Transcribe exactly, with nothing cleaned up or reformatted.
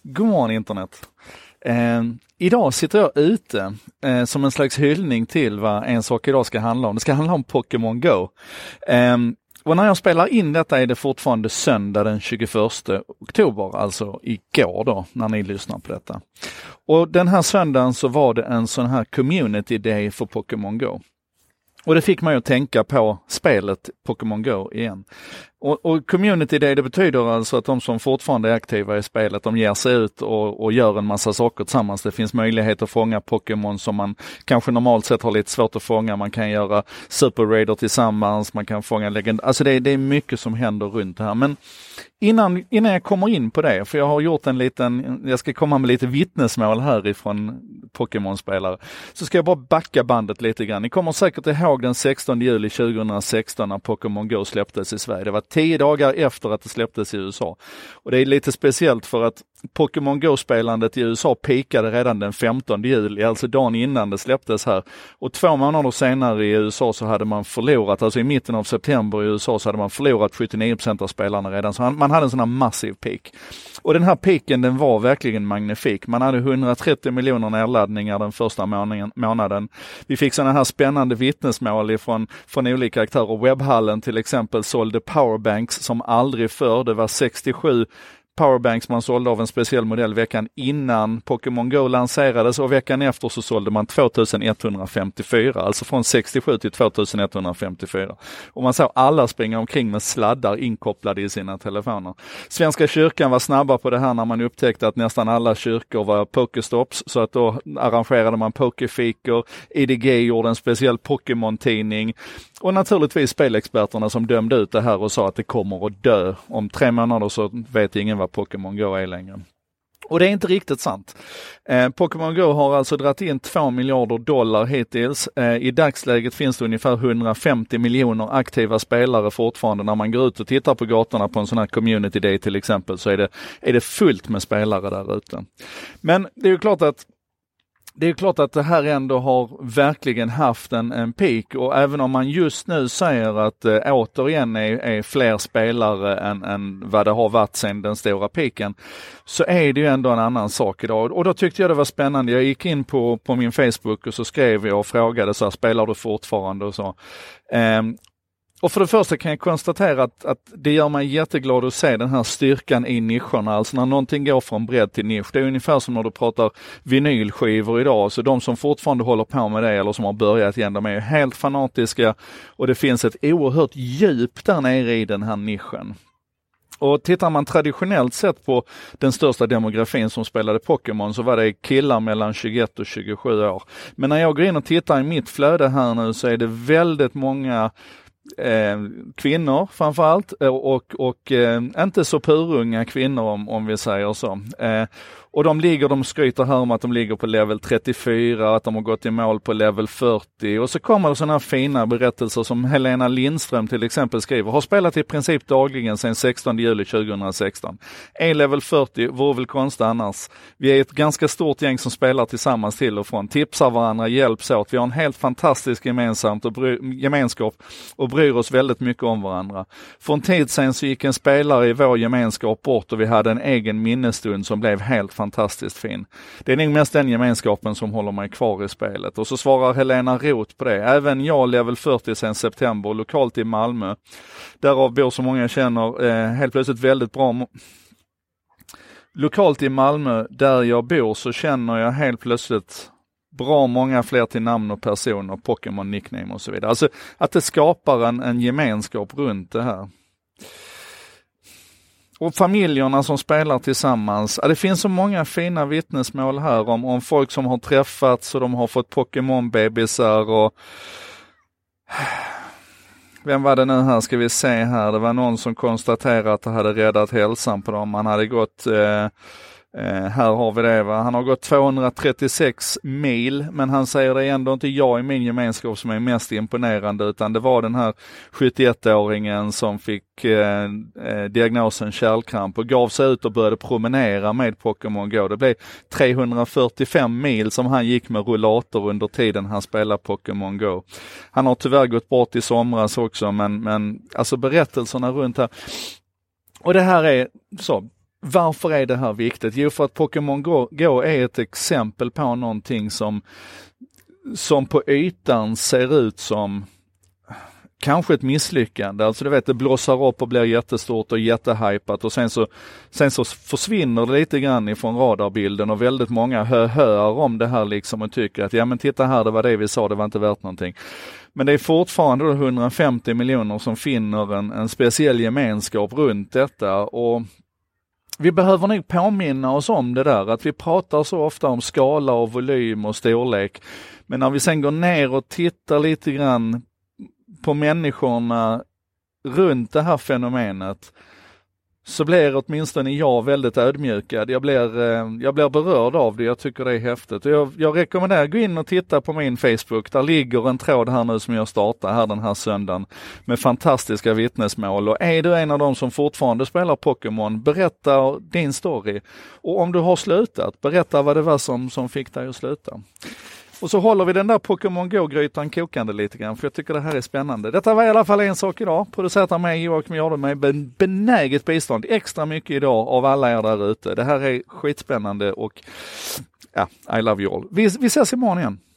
God morgon internet. Eh, idag sitter jag ute eh, som en slags hyllning till vad en sak idag ska handla om. Det ska handla om Pokémon Go. Eh, och när jag spelar in detta är det fortfarande söndag den tjugoförsta oktober, alltså igår då, när ni lyssnar på detta. Och den här söndagen så var det en sån här community day för Pokémon Go. Och det fick man ju att tänka på spelet Pokémon Go igen. Och, och community day, det betyder alltså att de som fortfarande är aktiva i spelet, de ger sig ut och, och gör en massa saker tillsammans. Det finns möjlighet att fånga Pokémon som man kanske normalt sett har lite svårt att fånga. Man kan göra Super Raider tillsammans, man kan fånga legend. Alltså det, det är mycket som händer runt det här. Men innan, innan jag kommer in på det, för jag har gjort en liten, jag ska komma med lite vittnesmål härifrån Pokémon-spelare, så ska jag bara backa bandet lite grann. Ni kommer säkert ihåg den sextonde juli tjugohundrasexton när Pokémon Go släpptes i Sverige. Det var tio dagar efter att det släpptes i U S A. Och det är lite speciellt för att Pokémon Go-spelandet i U S A pikade redan den femtonde juli, alltså dagen innan det släpptes här. Och två månader senare i U S A så hade man förlorat, alltså i mitten av september i U S A så hade man förlorat sjuttionio procent av spelarna redan. Så man hade en sån här massiv peak. Och den här peaken, den var verkligen magnifik. Man hade hundratrettio miljoner nedladdningar den första månaden. Vi fick såna här spännande vittnesmål ifrån, från olika aktörer. Webbhallen till exempel sålde powerbanks som aldrig förr. Det var sextiosju powerbanks man sålde av en speciell modell veckan innan Pokémon Go lanserades, och veckan efter så sålde man tvåtusenetthundrafemtiofyra, alltså från sextiosju till tvåtusenetthundrafemtiofyra. Och man såg alla springa omkring med sladdar inkopplade i sina telefoner. Svenska kyrkan var snabba på det här när man upptäckte att nästan alla kyrkor var Pokéstops, så att då arrangerade man Pokéfikor. I D G gjorde en speciell Pokémon-tidning. Och naturligtvis spelexperterna som dömde ut det här och sa att det kommer att dö. Om tre månader så vet ingen vad Pokémon Go är längre. Och det är inte riktigt sant. Eh, Pokémon Go har alltså dragit in två miljarder dollar hittills. Eh, I dagsläget finns det ungefär hundrafemtio miljoner aktiva spelare fortfarande. När man går ut och tittar på gatorna på en sån här community day till exempel, så är det, är det fullt med spelare där ute. Men det är ju klart att Det är klart att det här ändå har verkligen haft en, en peak, och även om man just nu säger att eh, återigen är, är fler spelare än, än vad det har varit sedan den stora peaken, så är det ju ändå en annan sak idag. Och då tyckte jag det var spännande. Jag gick in på, på min Facebook och så skrev jag och frågade så här, spelar du fortfarande och så. Um, Och för det första kan jag konstatera att, att det gör mig jätteglad att se den här styrkan i nischerna. Alltså när någonting går från bredd till nisch. Det är ungefär som när du pratar vinylskivor idag. Så de som fortfarande håller på med det eller som har börjat igen, de är ju helt fanatiska. Och det finns ett oerhört djup där nere i den här nischen. Och tittar man traditionellt sett på den största demografin som spelade Pokémon, så var det killar mellan tjugoett och tjugosju år. Men när jag går in och tittar i mitt flöde här nu, så är det väldigt många Eh, kvinnor framförallt, och, och eh, inte så purunga kvinnor om, om vi säger så. Eh, och de ligger, de skryter här om att de ligger på level trettiofyra, att de har gått i mål på level fyrtio, och så kommer det sådana här fina berättelser som Helena Lindström till exempel skriver, har spelat i princip dagligen sedan sextonde juli tjugohundrasexton. Är level fyrtio, vore väl konstigt annars. Vi är ett ganska stort gäng som spelar tillsammans till och från, tipsar varandra, hjälps åt. Vi har en helt fantastisk gemensamt och bry- gemenskap och bryr oss väldigt mycket om varandra. För en tid sedan så gick en spelare i vår gemenskap bort och vi hade en egen minnesstund som blev helt fantastiskt fin. Det är nog mest den gemenskapen som håller mig kvar i spelet. Och så svarar Helena Roth på det. Även jag level fyrtio sedan september, lokalt i Malmö. Därav bor så många jag känner eh, helt plötsligt väldigt bra. Mo- lokalt i Malmö, där jag bor, så känner jag helt plötsligt bra många fler till namn och personer, Pokémon nickname och så vidare. Alltså att det skapar en, en gemenskap runt det här. Och familjerna som spelar tillsammans. Ja, det finns så många fina vittnesmål här om, om folk som har träffats och de har fått Pokémon-bebisar och vem var det nu här, ska vi se här. Det var någon som konstaterade att det hade räddat hälsan på dem. Man hade gått eh, Eh, här har vi det, va? Han har gått tvåhundratrettiosex mil, men han säger det är ändå inte jag i min gemenskap som är mest imponerande, utan det var den här sjuttioettåringen som fick eh, eh, diagnosen kärlkramp och gav sig ut och började promenera med Pokémon Go. Det blev trehundrafyrtiofem mil som han gick med rullator under tiden han spelade Pokémon Go. Han har tyvärr gått bort i somras också, men, men alltså berättelserna runt här. Och det här är så varför är det här viktigt? Jo, för att Pokémon Go, Go är ett exempel på någonting som, som på ytan ser ut som kanske ett misslyckande. Alltså du vet, det blossar upp och blir jättestort och jättehypat och sen så, sen så försvinner det lite grann ifrån radarbilden och väldigt många hör, hör om det här liksom och tycker att ja men titta här, det var det vi sa, det var inte värt någonting. Men det är fortfarande hundrafemtio miljoner som finner en, en speciell gemenskap runt detta, och vi behöver nog påminna oss om det där, att vi pratar så ofta om skala och volym och storlek, men när vi sen går ner och tittar lite grann på människorna runt det här fenomenet, så blir åtminstone jag väldigt ödmjukad. Jag blir, jag blir berörd av det. Jag tycker det är häftigt. Jag, jag rekommenderar att gå in och titta på min Facebook. Där ligger en tråd här nu som jag startar här den här söndagen med fantastiska vittnesmål. Och är du en av dem som fortfarande spelar Pokémon, berätta din story. Och om du har slutat, berätta vad det var som, som fick dig att sluta. Och så håller vi den där Pokémon Go-grytan kokande lite grann, för jag tycker det här är spännande. Detta var i alla fall en sak idag. Producerat av mig, Joakim Jardenberg, med benäget bistånd. Extra mycket idag av alla er där ute. Det här är skitspännande och ja, I love you all. Vi, vi ses imorgon igen.